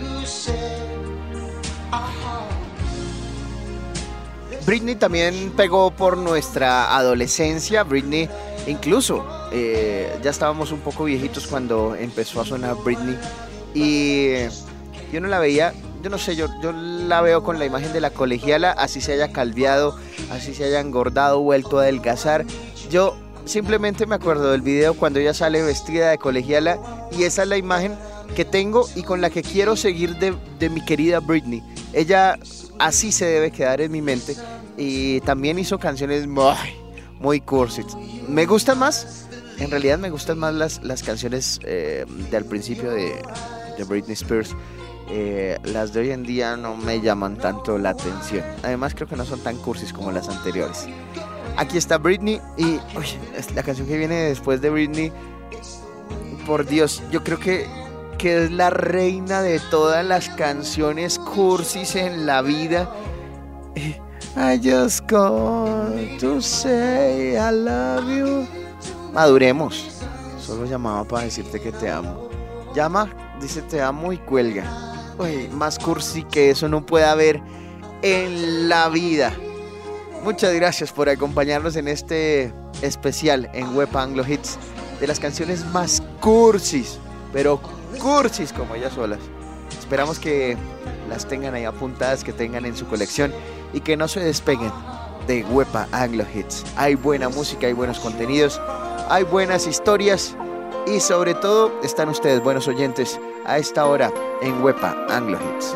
Britney también pegó por nuestra adolescencia. Britney, incluso, ya estábamos un poco viejitos cuando empezó a sonar Britney. Y yo no la veía, yo no sé, yo la veo con la imagen de la colegiala, así se haya calviado, así se haya engordado, vuelto a adelgazar. Yo simplemente me acuerdo del video cuando ella sale vestida de colegiala y esa es la imagen que tengo y con la que quiero seguir de mi querida Britney. Ella así se debe quedar en mi mente y también hizo canciones muy cursis. Me gustan más, en realidad me gustan más las canciones del principio de Britney Spears. Las de hoy en día no me llaman tanto la atención. Además creo que no son tan cursis como las anteriores. Aquí está Britney y la canción que viene después de Britney, por Dios, yo creo que es la reina de todas las canciones cursis en la vida. I just called to say I love you. Maduremos. Solo llamaba para decirte que te amo. Llama, dice te amo y cuelga. Uy, más cursi que eso no puede haber en la vida. Muchas gracias por acompañarnos en este especial en Huepa Anglo Hits de las canciones más cursis, pero cursis como ellas solas. Esperamos que las tengan ahí apuntadas, que tengan en su colección y que no se despeguen de Huepa Anglo Hits. Hay buena música, hay buenos contenidos, hay buenas historias y sobre todo están ustedes, buenos oyentes, a esta hora en Huepa Anglo Hits.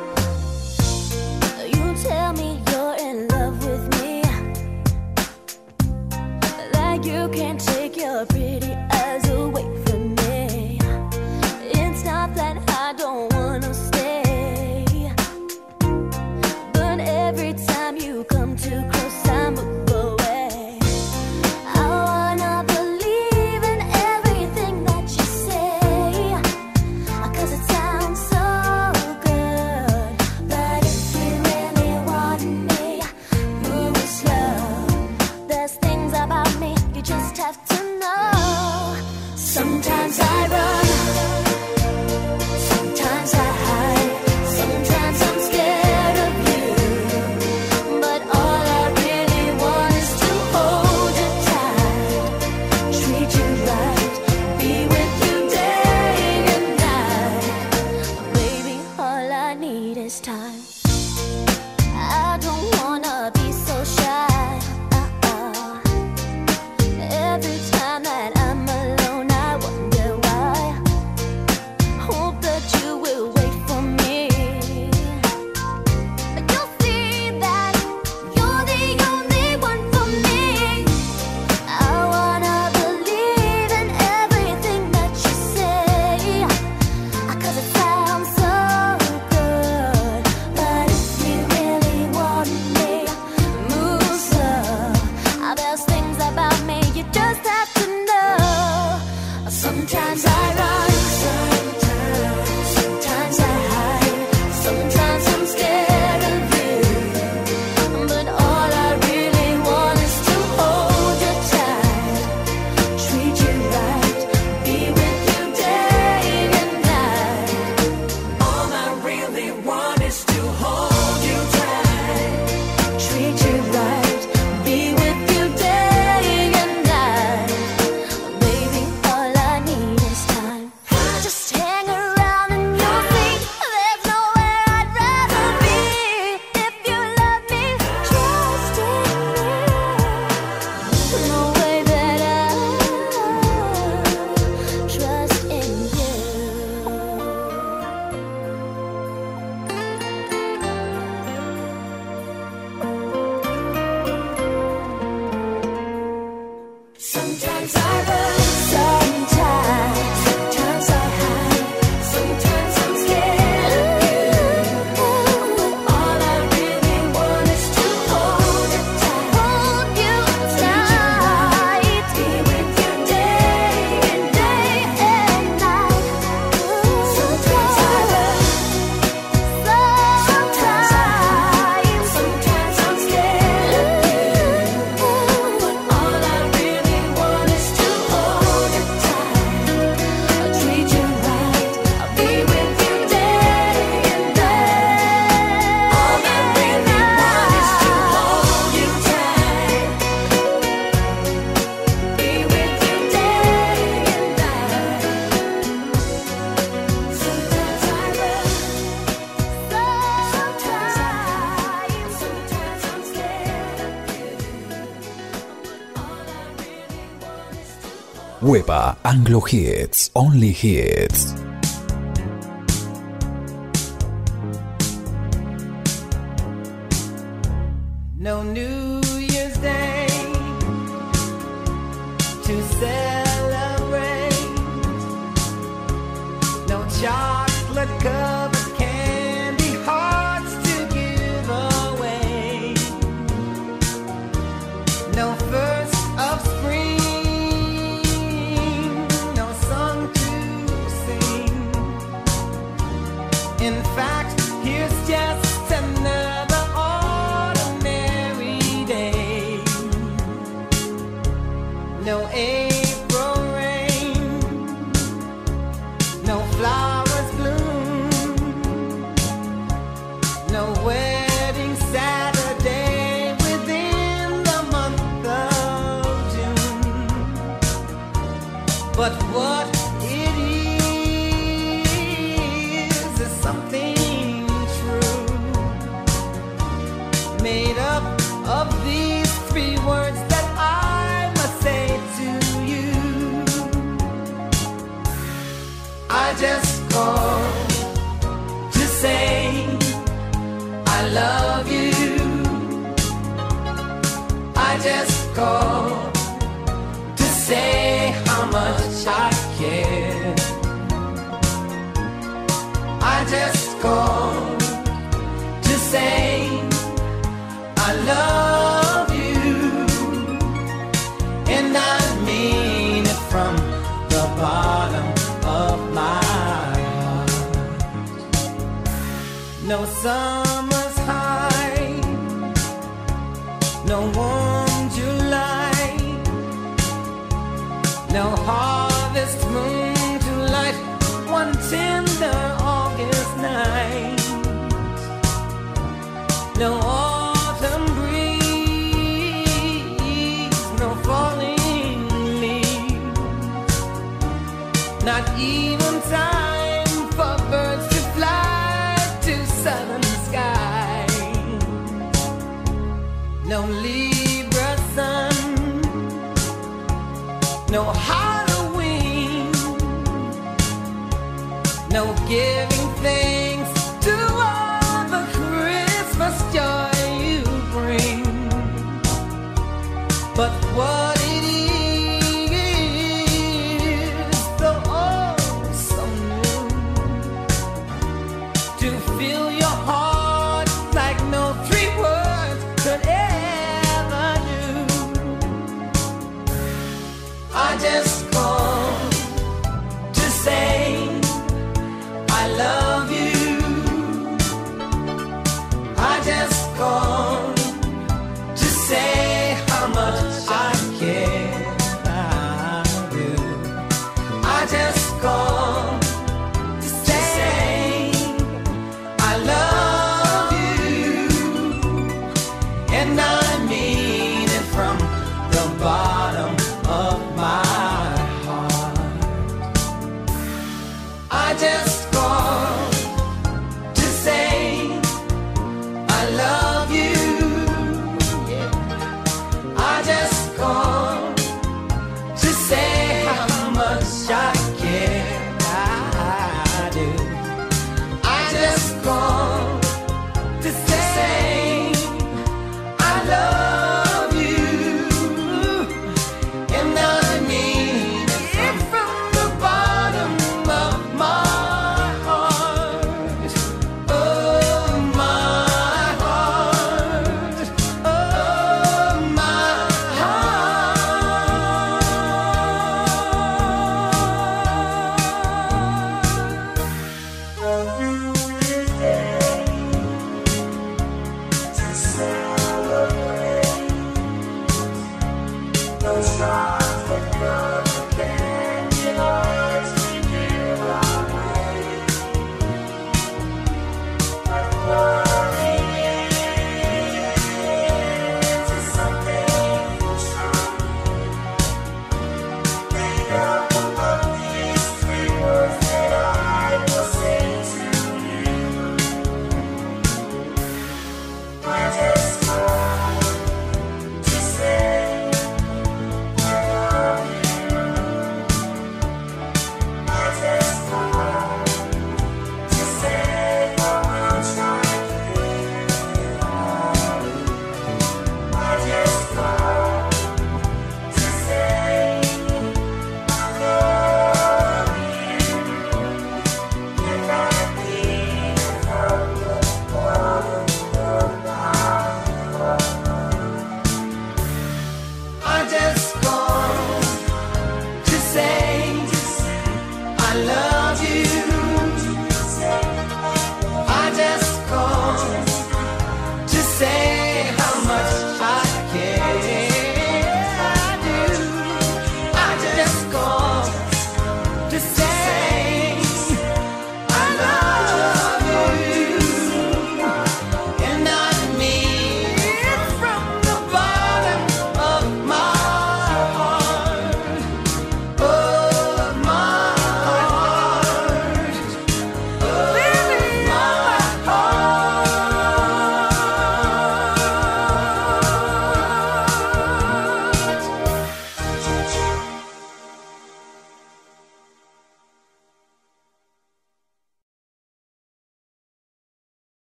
You tell me you're in love with me, like you can't take your pretty eyes away from me. It's not that I don't wanna stay, but every time you come too close I move away. I wanna believe in everything that you say, 'cause it sounds so good. But if you really want me, move slow. There's things about me you just have to know. Sometimes I run, sometimes I hide, sometimes I'm scared of you. But all I really want is to hold you tight, treat you right, be with you day and night. Baby, all I need is time. I don't wanna be so shy. Every time that I'm alone, I wonder why. Hope that you will wait for me. But you'll see that you're the only one for me. I wanna believe in everything that you say, 'cause it sounds so good. But if you really want me, move slow. There's things about me you just have to know. Sometimes I run, sometimes I hide, sometimes I'm scared of you. But all I really want is to hold you tight, treat you right, be with you day and night. All I really want is to hold you tight, treat you right, be with you day and night. Baby, all I need is time. Wepa Anglo Hits, Only Hits. No New Year's Day to celebrate. No chocolate covered candy hearts to give away. No first of spring, no song to sing. In fact, here's just another ordinary day. No April rain, no flowers bloom, no wedding Saturday within the month of June. But what it is something true, made up of these three words that I must say to you. I just called to say I love you. I just called to say how much I care. I just called to say I love you, and I mean it from the bottom of my heart. No summer's high, no warm July, no harvest moon to light one tender August night. No autumn breeze, no falling leaves, not even time for birds to fly to southern skies. No Libra sun, no Halloween, no giving